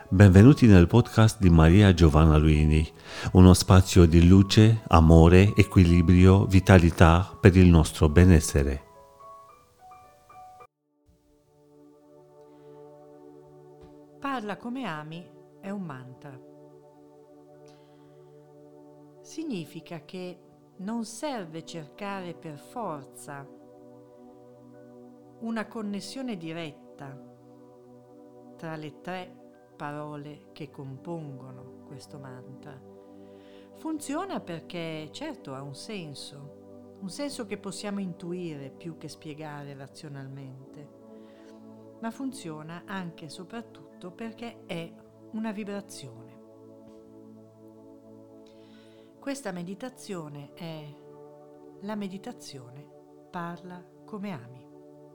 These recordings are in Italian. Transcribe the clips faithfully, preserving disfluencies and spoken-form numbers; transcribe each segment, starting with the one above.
Benvenuti nel podcast di Maria Giovanna Luini, uno spazio di luce, amore, equilibrio, vitalità per il nostro benessere. Parla come ami è un mantra. Significa che non serve cercare per forza una connessione diretta tra le tre parole che compongono questo mantra. Funziona perché, certo, ha un senso, un senso che possiamo intuire più che spiegare razionalmente, ma funziona anche e soprattutto perché è una vibrazione. Questa meditazione è la meditazione Parla come ami.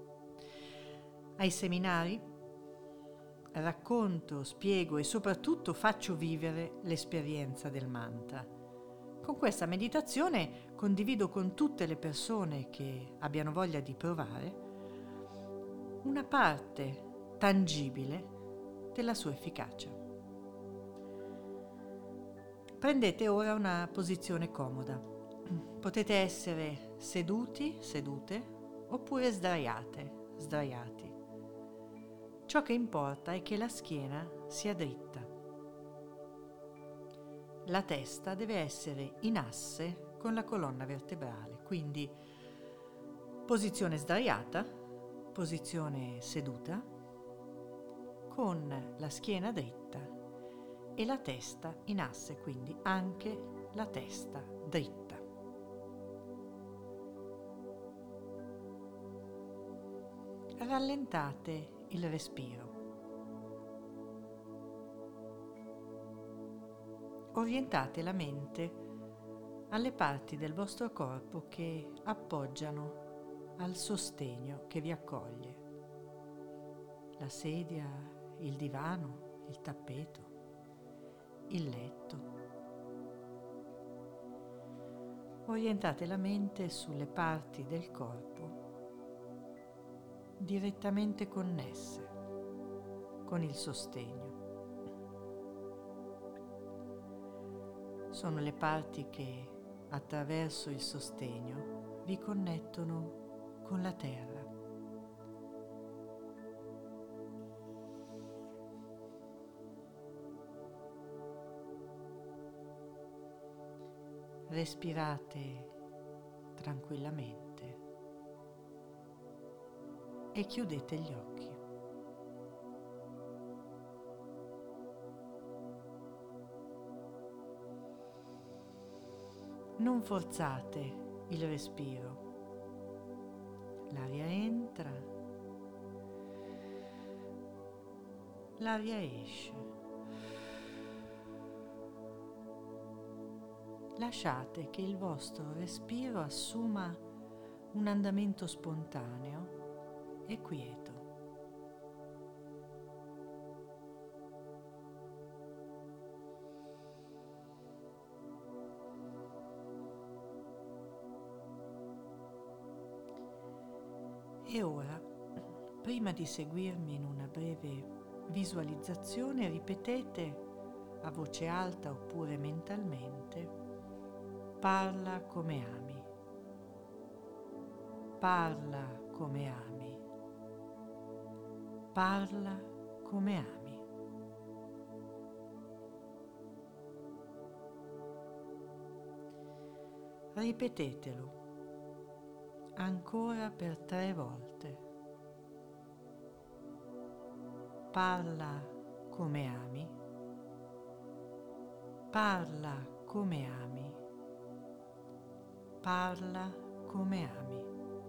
Ai seminari racconto, spiego e soprattutto faccio vivere l'esperienza del mantra. Con questa meditazione condivido con tutte le persone che abbiano voglia di provare una parte tangibile della sua efficacia. Prendete ora una posizione comoda. Potete essere seduti, sedute, oppure sdraiate, sdraiati. Ciò che importa è che la schiena sia dritta. La testa deve essere in asse con la colonna vertebrale, quindi posizione sdraiata, posizione seduta, con la schiena dritta e la testa in asse, quindi anche la testa dritta. Rallentate il respiro. Orientate la mente alle parti del vostro corpo che appoggiano al sostegno che vi accoglie. La sedia, il divano, il tappeto, il letto. Orientate la mente sulle parti del corpo direttamente connesse con il sostegno. Sono le parti che attraverso il sostegno vi connettono con la terra. Respirate tranquillamente e chiudete gli occhi. Non forzate il respiro. L'aria entra, l'aria esce. Lasciate che il vostro respiro assuma un andamento spontaneo e quieto. E ora, prima di seguirmi in una breve visualizzazione, ripetete a voce alta oppure mentalmente: parla come ami. Parla come ami. Parla come ami. Ripetetelo ancora per tre volte. Parla come ami. Parla come ami. Parla come ami.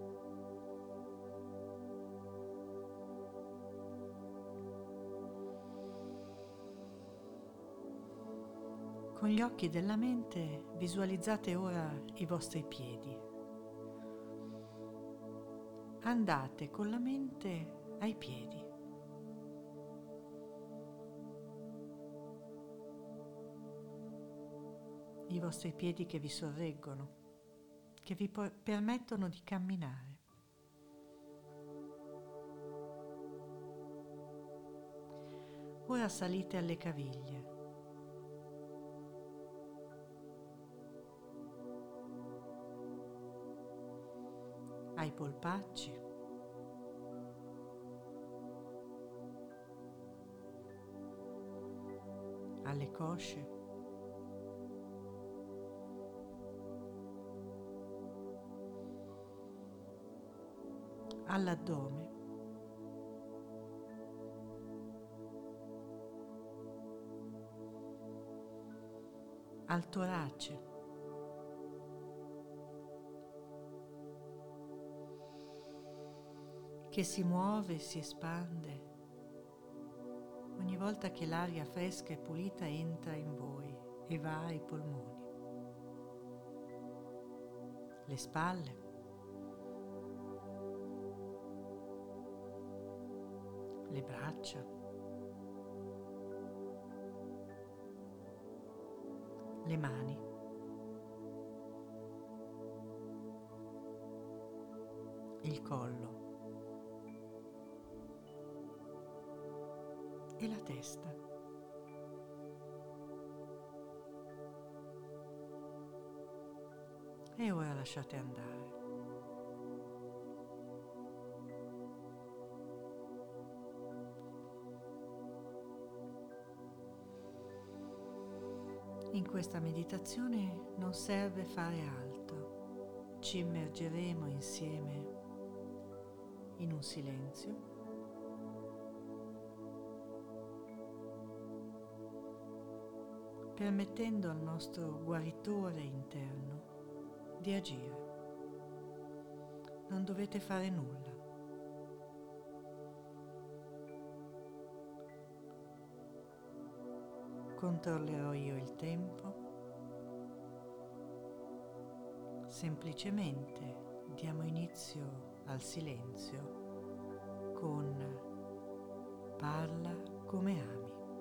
Con gli occhi della mente visualizzate ora i vostri piedi. Andate con la mente ai piedi. I vostri piedi che vi sorreggono, che vi po- permettono di camminare. Ora salite alle caviglie. Ai polpacci. Alle cosce. All'addome. Al torace. Che si muove e si espande ogni volta che l'aria fresca e pulita entra in voi e va ai polmoni. Le spalle. Le braccia. Le mani. Il collo. E la testa. E ora lasciate andare. In questa meditazione non serve fare altro. Ci immergeremo insieme in un silenzio. Permettendo al nostro guaritore interno di agire. Non dovete fare nulla. Controllerò io il tempo. Semplicemente diamo inizio al silenzio con "Parla come ami".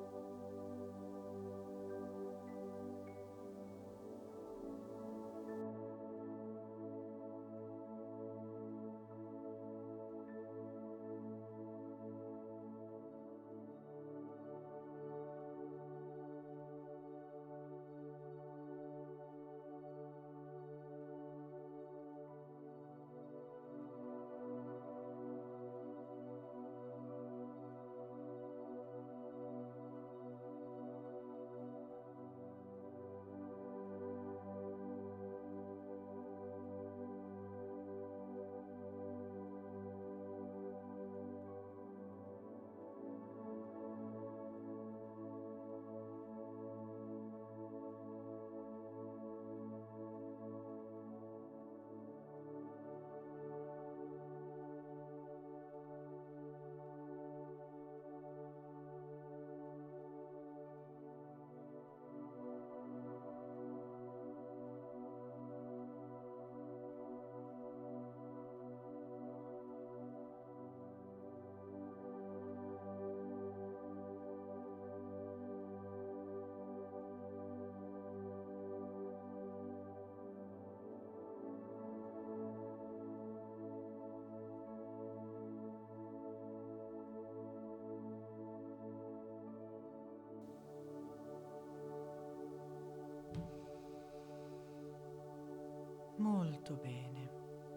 Molto bene.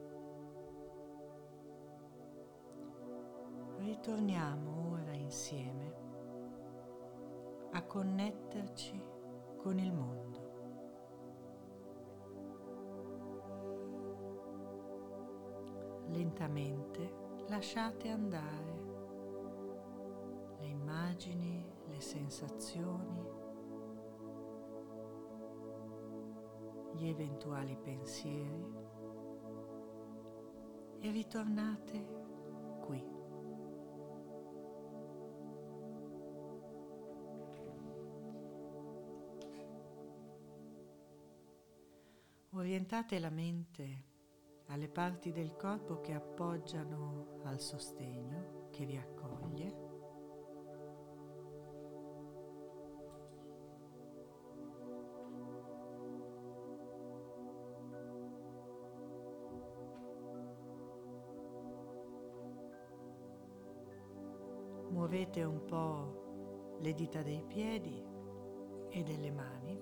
Ritorniamo ora insieme a connetterci con il mondo. Lentamente lasciate andare le immagini, le sensazioni, gli eventuali pensieri e ritornate qui. Orientate la mente alle parti del corpo che appoggiano al sostegno, che vi accoglie. Muovete un po' le dita dei piedi e delle mani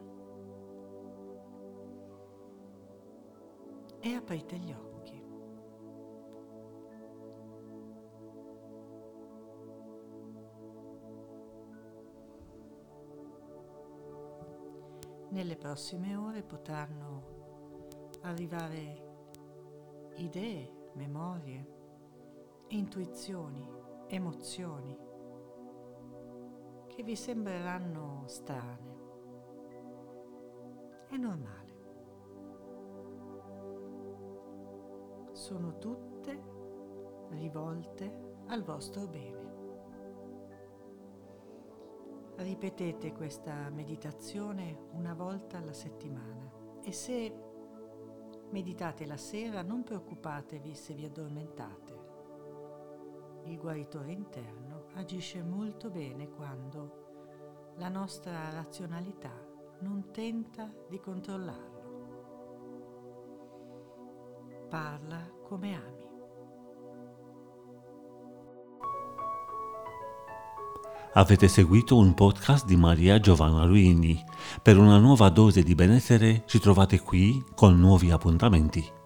e aprite gli occhi. Nelle prossime ore potranno arrivare idee, memorie, intuizioni, emozioni che vi sembreranno strane. È normale. Sono tutte rivolte al vostro bene. Ripetete questa meditazione una volta alla settimana e se meditate la sera non preoccupatevi se vi addormentate. Il guaritore interno agisce molto bene quando la nostra razionalità non tenta di controllarlo. Parla come ami. Avete seguito un podcast di Maria Giovanna Luini. Per una nuova dose di benessere ci trovate qui con nuovi appuntamenti.